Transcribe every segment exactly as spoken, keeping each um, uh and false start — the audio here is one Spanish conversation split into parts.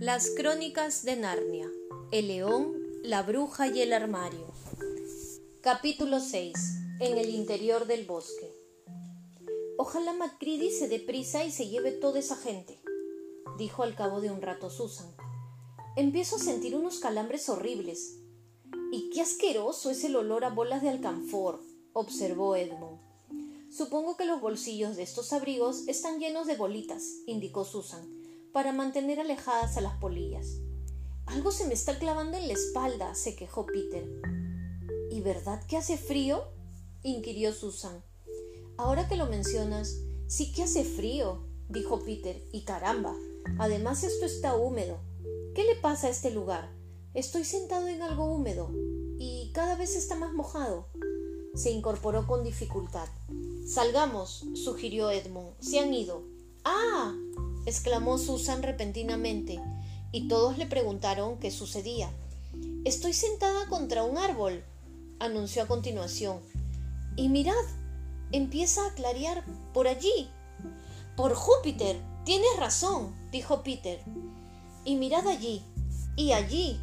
Las Crónicas de Narnia, El león, la bruja y el armario. Capítulo seis. En el interior del bosque. Ojalá MacCready se dé prisa y se lleve toda esa gente, dijo al cabo de un rato Susan. Empiezo a sentir unos calambres horribles. Y qué asqueroso es el olor a bolas de alcanfor, observó Edmund. Supongo que los bolsillos de estos abrigos están llenos de bolitas, indicó Susan, para mantener alejadas a las polillas. Algo se me está clavando en la espalda, se quejó Peter. ¿Y verdad que hace frío?, inquirió Susan. Ahora que lo mencionas, sí que hace frío, dijo Peter, y caramba, además esto está húmedo. ¿Qué le pasa a este lugar? Estoy sentado en algo húmedo y cada vez está más mojado. Se incorporó con dificultad. Salgamos, sugirió Edmund. Se han ido. ¡Ah!, exclamó Susan repentinamente, y todos le preguntaron qué sucedía. Estoy sentada contra un árbol, anunció a continuación. Y mirad, empieza a clarear por allí. Por Júpiter, tienes razón, dijo Peter. Y mirad allí, y allí.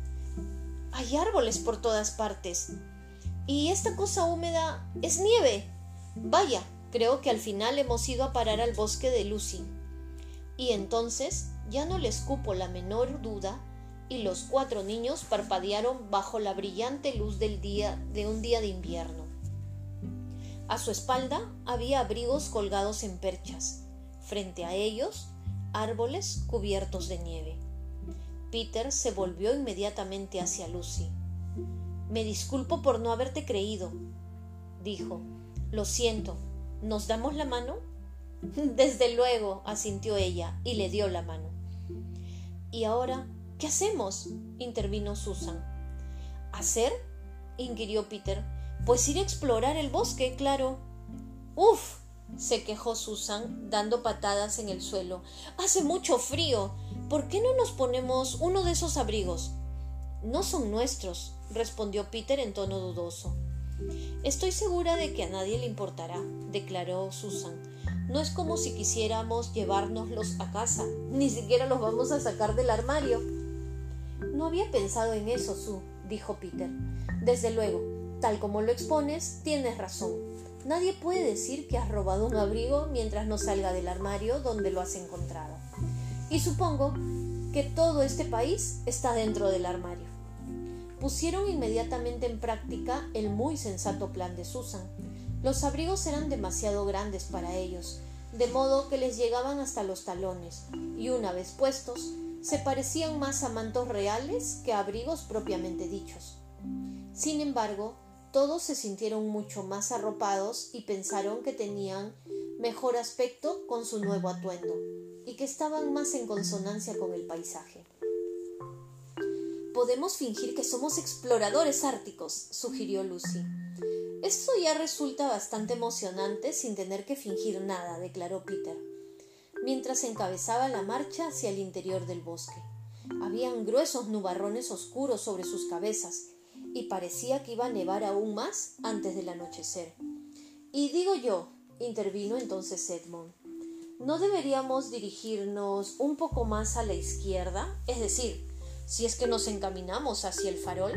Hay árboles por todas partes. Y esta cosa húmeda es nieve. Vaya, creo que al final hemos ido a parar al bosque de Lucy. Y entonces ya no les cupo la menor duda, y los cuatro niños parpadearon bajo la brillante luz del día de un día de invierno. A su espalda había abrigos colgados en perchas. Frente a ellos, árboles cubiertos de nieve. Peter se volvió inmediatamente hacia Lucy. «Me disculpo por no haberte creído», dijo. «Lo siento. ¿Nos damos la mano?» «Desde luego», asintió ella, y le dio la mano. «¿Y ahora qué hacemos?», intervino Susan. ¿Hacer?, inquirió Peter. «Pues ir a explorar el bosque, claro». «Uf», se quejó Susan, dando patadas en el suelo. «Hace mucho frío. ¿Por qué no nos ponemos uno de esos abrigos?» «No son nuestros», respondió Peter en tono dudoso. «Estoy segura de que a nadie le importará», declaró Susan. «No es como si quisiéramos llevárnoslos a casa. Ni siquiera los vamos a sacar del armario». «No había pensado en eso, Sue», dijo Peter. «Desde luego, tal como lo expones, tienes razón. Nadie puede decir que has robado un abrigo mientras no salga del armario donde lo has encontrado. Y supongo que todo este país está dentro del armario». Pusieron inmediatamente en práctica el muy sensato plan de Susan. Los abrigos eran demasiado grandes para ellos, de modo que les llegaban hasta los talones, y una vez puestos, se parecían más a mantos reales que a abrigos propiamente dichos. Sin embargo, todos se sintieron mucho más arropados y pensaron que tenían mejor aspecto con su nuevo atuendo, y que estaban más en consonancia con el paisaje. «Podemos fingir que somos exploradores árticos», sugirió Lucy. «Eso ya resulta bastante emocionante sin tener que fingir nada», declaró Peter, mientras encabezaba la marcha hacia el interior del bosque. Habían gruesos nubarrones oscuros sobre sus cabezas, y parecía que iba a nevar aún más antes del anochecer. «Y digo yo», intervino entonces Edmund, «¿no deberíamos dirigirnos un poco más a la izquierda? Es decir, si es que nos encaminamos hacia el farol».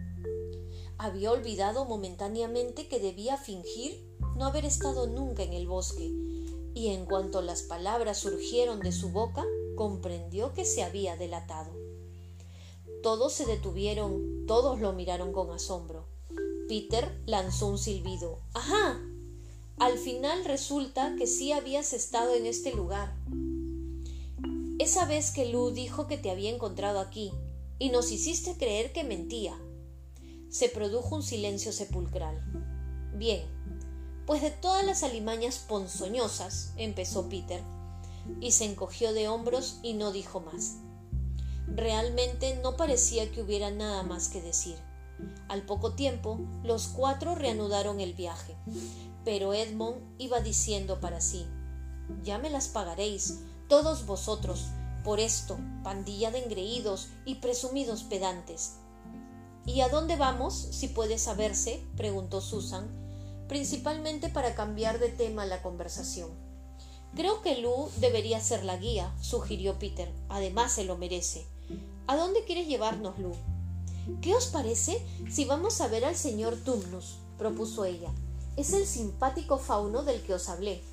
Había olvidado momentáneamente que debía fingir no haber estado nunca en el bosque, y en cuanto las palabras surgieron de su boca, comprendió que se había delatado. Todos se detuvieron, todos lo miraron con asombro. Peter lanzó un silbido. «¡Ajá! Al final resulta que sí habías estado en este lugar. Esa vez que Lou dijo que te había encontrado aquí, y nos hiciste creer que mentía». Se produjo un silencio sepulcral. «Bien, pues de todas las alimañas ponzoñosas», empezó Peter, y se encogió de hombros y no dijo más. Realmente no parecía que hubiera nada más que decir. Al poco tiempo, los cuatro reanudaron el viaje, pero Edmund iba diciendo para sí: «Ya me las pagaréis, todos vosotros, por esto, pandilla de engreídos y presumidos pedantes». «¿Y a dónde vamos, si puede saberse?», preguntó Susan, principalmente para cambiar de tema la conversación. Creo que Lu debería ser la guía, sugirió Peter. Además se lo merece. ¿A dónde quieres llevarnos, Lu? ¿Qué os parece si vamos a ver al señor Tumnus?, propuso ella. Es el simpático fauno del que os hablé.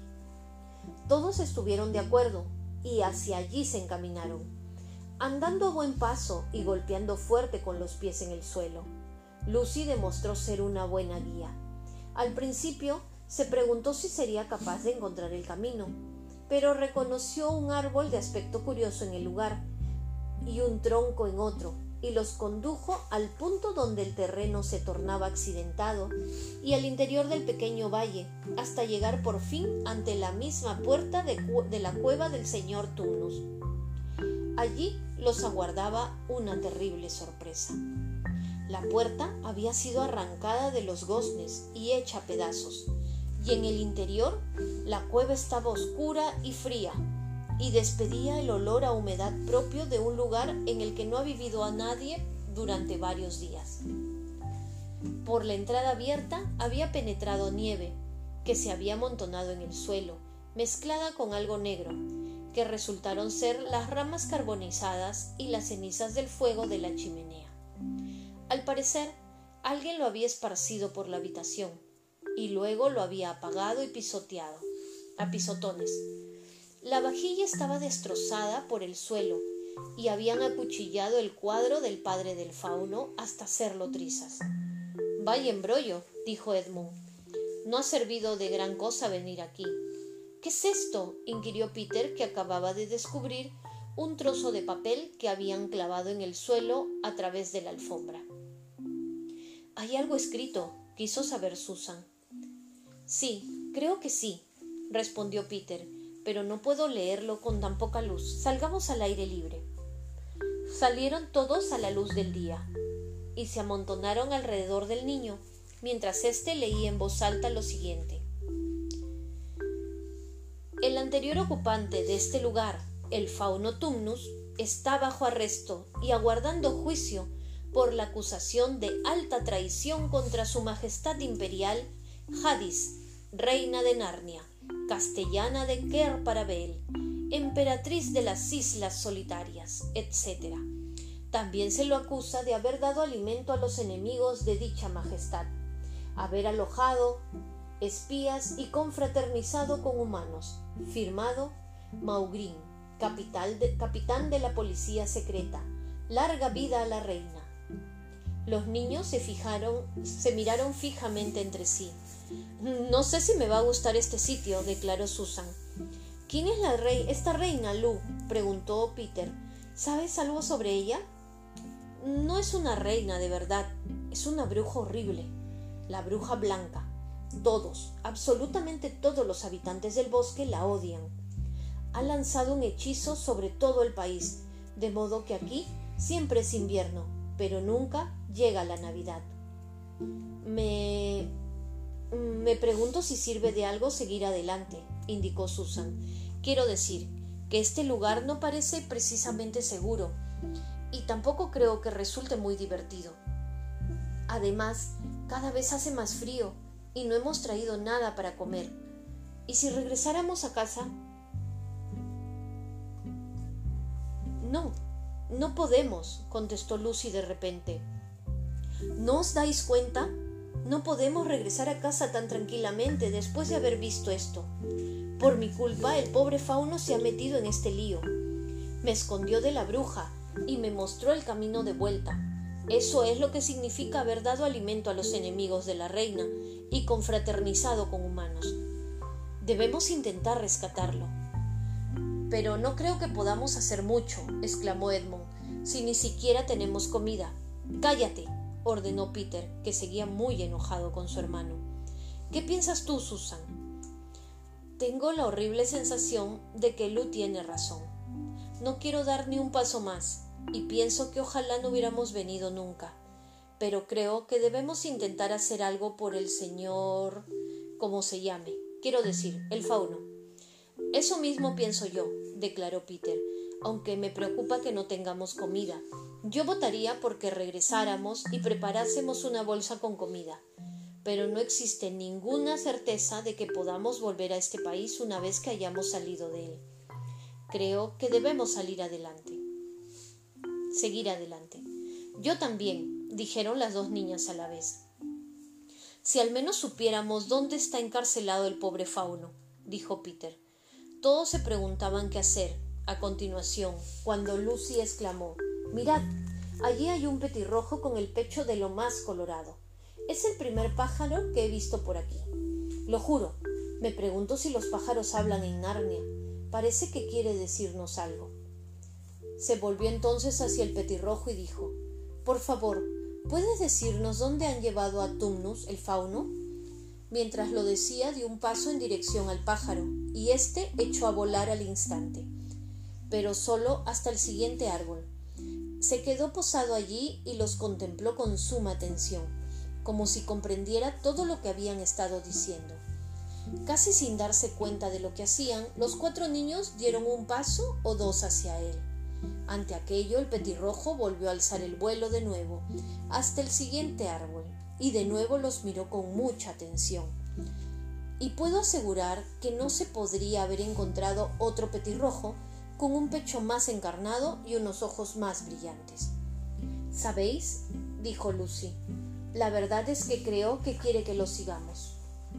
Todos estuvieron de acuerdo y hacia allí se encaminaron, andando a buen paso y golpeando fuerte con los pies en el suelo. Lucy demostró ser una buena guía. Al principio se preguntó si sería capaz de encontrar el camino, pero reconoció un árbol de aspecto curioso en el lugar y un tronco en otro, y los condujo al punto donde el terreno se tornaba accidentado y al interior del pequeño valle, hasta llegar por fin ante la misma puerta de, de la cueva del señor Tumnus. Allí los aguardaba una terrible sorpresa. La puerta había sido arrancada de los goznes y hecha a pedazos, y en el interior la cueva estaba oscura y fría, y despedía el olor a humedad propio de un lugar en el que no ha vivido a nadie durante varios días. Por la entrada abierta había penetrado nieve, que se había amontonado en el suelo, mezclada con algo negro, que resultaron ser las ramas carbonizadas y las cenizas del fuego de la chimenea. Al parecer, alguien lo había esparcido por la habitación, y luego lo había apagado y pisoteado, a pisotones. La vajilla estaba destrozada por el suelo y habían acuchillado el cuadro del padre del fauno hasta hacerlo trizas. «Vaya embrollo», dijo Edmund. «No ha servido de gran cosa venir aquí». «¿Qué es esto?», inquirió Peter, que acababa de descubrir un trozo de papel que habían clavado en el suelo a través de la alfombra. «Hay algo escrito», quiso saber Susan. «Sí, creo que sí», respondió Peter, «pero no puedo leerlo con tan poca luz. Salgamos al aire libre». Salieron todos a la luz del día y se amontonaron alrededor del niño, mientras éste leía en voz alta lo siguiente. El anterior ocupante de este lugar, el fauno Tumnus, está bajo arresto y aguardando juicio por la acusación de alta traición contra su majestad imperial, Jadis, reina de Narnia, castellana de Ker Parabel, emperatriz de las Islas Solitarias, etcétera. También se lo acusa de haber dado alimento a los enemigos de dicha majestad, haber alojado espías y confraternizado con humanos. Firmado Maugrim, capital de, capitán de la policía secreta. Larga vida a la reina. Los niños se fijaron, se miraron fijamente entre sí. «No sé si me va a gustar este sitio», declaró Susan. «¿Quién es la rey, esta reina, Lu?», preguntó Peter. «¿Sabes algo sobre ella?» «No es una reina de verdad, es una bruja horrible, la bruja blanca. Todos, absolutamente todos los habitantes del bosque la odian. Ha lanzado un hechizo sobre todo el país, de modo que aquí siempre es invierno, pero nunca llega la Navidad. Me... me pregunto si sirve de algo seguir adelante», indicó Susan. «Quiero decir que este lugar no parece precisamente seguro, y tampoco creo que resulte muy divertido. Además, cada vez hace más frío, y no hemos traído nada para comer. ¿Y si regresáramos a casa?» «No, no podemos», contestó Lucy de repente. «¿No os dais cuenta? No podemos regresar a casa tan tranquilamente después de haber visto esto. Por mi culpa, el pobre fauno se ha metido en este lío. Me escondió de la bruja y me mostró el camino de vuelta. Eso es lo que significa haber dado alimento a los enemigos de la reina y confraternizado con humanos. Debemos intentar rescatarlo». «Pero no creo que podamos hacer mucho», exclamó Edmund, «si ni siquiera tenemos comida». «Cállate», ordenó Peter, que seguía muy enojado con su hermano. «¿Qué piensas tú, Susan?» «Tengo la horrible sensación de que Lu tiene razón. No quiero dar ni un paso más, y pienso que ojalá no hubiéramos venido nunca. Pero creo que debemos intentar hacer algo por el señor... como se llame, quiero decir, el fauno». «Eso mismo pienso yo», declaró Peter, «aunque me preocupa que no tengamos comida. Yo votaría porque regresáramos y preparásemos una bolsa con comida. pero no existe ninguna certeza de que podamos volver a este país una vez que hayamos salido de él. Creo que debemos salir adelante. Seguir adelante. Yo también, dijeron las dos niñas a la vez. Si al menos supiéramos dónde está encarcelado el pobre fauno, dijo Peter. Todos se preguntaban qué hacer. A continuación, cuando Lucy exclamó: «Mirad, allí hay un petirrojo con el pecho de lo más colorado. Es el primer pájaro que he visto por aquí. Lo juro, me pregunto si los pájaros hablan en Narnia. Parece que quiere decirnos algo». Se volvió entonces hacia el petirrojo y dijo: «Por favor, ¿puedes decirnos dónde han llevado a Tumnus, el fauno?». Mientras lo decía, dio un paso en dirección al pájaro, y éste echó a volar al instante, pero solo hasta el siguiente árbol. Se quedó posado allí y los contempló con suma atención, como si comprendiera todo lo que habían estado diciendo. Casi sin darse cuenta de lo que hacían, los cuatro niños dieron un paso o dos hacia él. Ante aquello, el petirrojo volvió a alzar el vuelo de nuevo, hasta el siguiente árbol, y de nuevo los miró con mucha atención. Y puedo asegurar que no se podría haber encontrado otro petirrojo con un pecho más encarnado y unos ojos más brillantes. «¿Sabéis?», dijo Lucy, «la verdad es que creo que quiere que lo sigamos».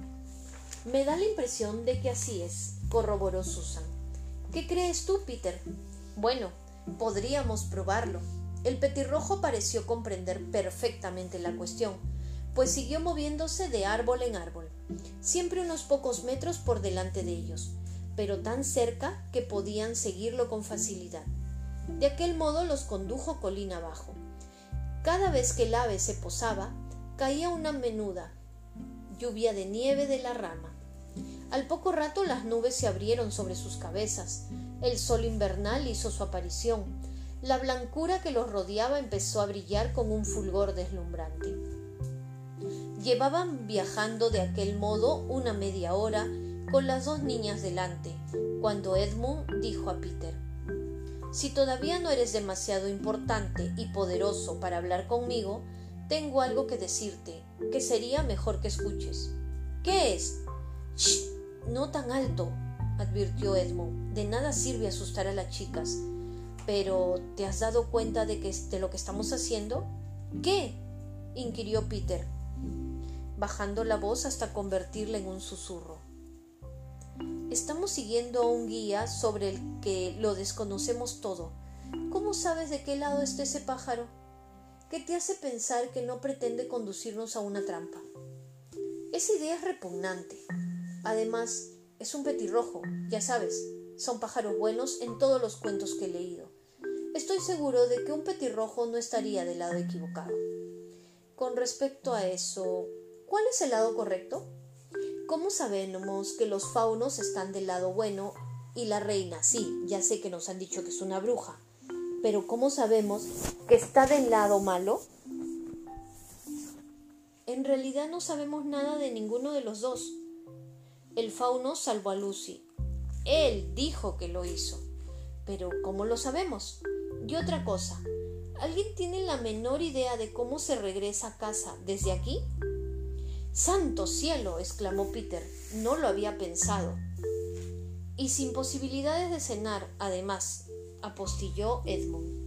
«Me da la impresión de que así es», corroboró Susan. «¿Qué crees tú, Peter?». «Bueno, podríamos probarlo». El petirrojo pareció comprender perfectamente la cuestión, pues siguió moviéndose de árbol en árbol, siempre unos pocos metros por delante de ellos, pero tan cerca que podían seguirlo con facilidad. De aquel modo los condujo colina abajo. Cada vez que el ave se posaba, caía una menuda lluvia de nieve de la rama. Al poco rato las nubes se abrieron sobre sus cabezas, el sol invernal hizo su aparición, la blancura que los rodeaba empezó a brillar con un fulgor deslumbrante. Llevaban viajando de aquel modo una media hora, con las dos niñas delante, cuando Edmund dijo a Peter: «Si todavía no eres demasiado importante y poderoso para hablar conmigo, tengo algo que decirte, que sería mejor que escuches». «¿Qué es?». «Shh, no tan alto», advirtió Edmund. «De nada sirve asustar a las chicas». «¿Pero te has dado cuenta de, que, de lo que estamos haciendo?». «¿Qué?», inquirió Peter, bajando la voz hasta convertirla en un susurro. «Estamos siguiendo a un guía sobre el que lo desconocemos todo. ¿Cómo sabes de qué lado está ese pájaro? ¿Qué te hace pensar que no pretende conducirnos a una trampa? Esa idea es repugnante. Además, es un petirrojo, ya sabes, son pájaros buenos en todos los cuentos que he leído. Estoy seguro de que un petirrojo no estaría del lado equivocado. Con respecto a eso, ¿cuál es el lado correcto? ¿Cómo sabemos que los faunos están del lado bueno y la reina? Sí, ya sé que nos han dicho que es una bruja, pero ¿cómo sabemos que está del lado malo? En realidad no sabemos nada de ninguno de los dos. El fauno salvó a Lucy. Él dijo que lo hizo. Pero ¿cómo lo sabemos? Y otra cosa, ¿alguien tiene la menor idea de cómo se regresa a casa desde aquí? ¡Santo cielo!, exclamó Peter. No lo había pensado. Y sin posibilidades de cenar, además, apostilló Edmund.